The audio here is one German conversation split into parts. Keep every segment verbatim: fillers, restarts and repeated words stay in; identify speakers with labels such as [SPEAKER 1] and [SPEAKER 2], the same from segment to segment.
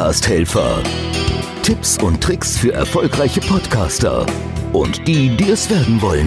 [SPEAKER 1] Podcast-Helfer. Tipps und Tricks für erfolgreiche Podcaster und die, die es werden wollen.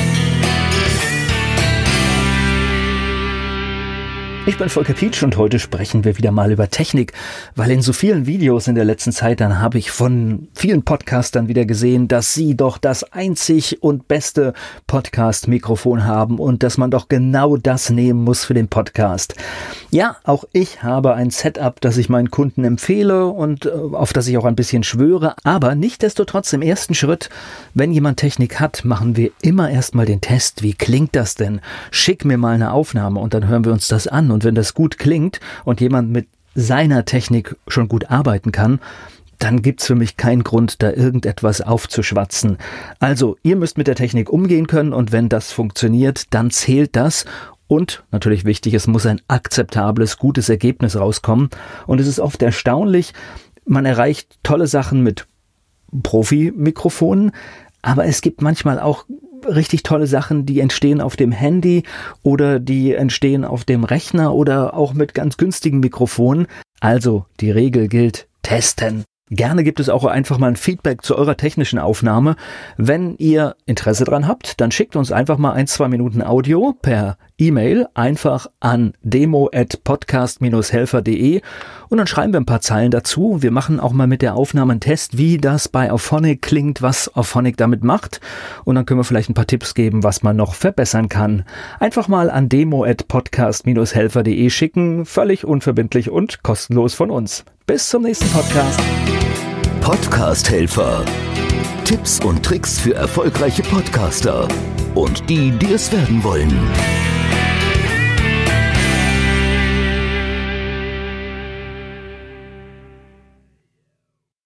[SPEAKER 2] Ich bin Volker Pietsch und heute sprechen wir wieder mal über Technik, weil in so vielen Videos in der letzten Zeit, dann habe ich von vielen Podcastern wieder gesehen, dass sie doch das einzig und beste Podcast-Mikrofon haben und dass man doch genau das nehmen muss für den Podcast. Ja, auch ich habe ein Setup, das ich meinen Kunden empfehle und auf das ich auch ein bisschen schwöre, aber nichtsdestotrotz im ersten Schritt, wenn jemand Technik hat, machen wir immer erstmal den Test. Wie klingt das denn? Schick mir mal eine Aufnahme und dann hören wir uns das an. Und wenn das gut klingt und jemand mit seiner Technik schon gut arbeiten kann, dann gibt's für mich keinen Grund, da irgendetwas aufzuschwatzen. Also, ihr müsst mit der Technik umgehen können und wenn das funktioniert, dann zählt das. Und, natürlich wichtig, es muss ein akzeptables, gutes Ergebnis rauskommen. Und es ist oft erstaunlich, man erreicht tolle Sachen mit Profi-Mikrofonen, aber es gibt manchmal auch richtig tolle Sachen, die entstehen auf dem Handy oder die entstehen auf dem Rechner oder auch mit ganz günstigen Mikrofonen. Also die Regel gilt, testen. Gerne gibt es auch einfach mal ein Feedback zu eurer technischen Aufnahme. Wenn ihr Interesse dran habt, dann schickt uns einfach mal ein, zwei Minuten Audio per E-Mail einfach an demo at podcast dash helfer punkt de und dann schreiben wir ein paar Zeilen dazu. Wir machen auch mal mit der Aufnahme einen Test, wie das bei Auphonic klingt, was Auphonic damit macht und dann können wir vielleicht ein paar Tipps geben, was man noch verbessern kann. Einfach mal an demo at podcast dash helfer punkt de schicken, völlig unverbindlich und kostenlos von uns. Bis zum nächsten Podcast.
[SPEAKER 1] Podcast-Helfer. Tipps und Tricks für erfolgreiche Podcaster und die, die es werden wollen.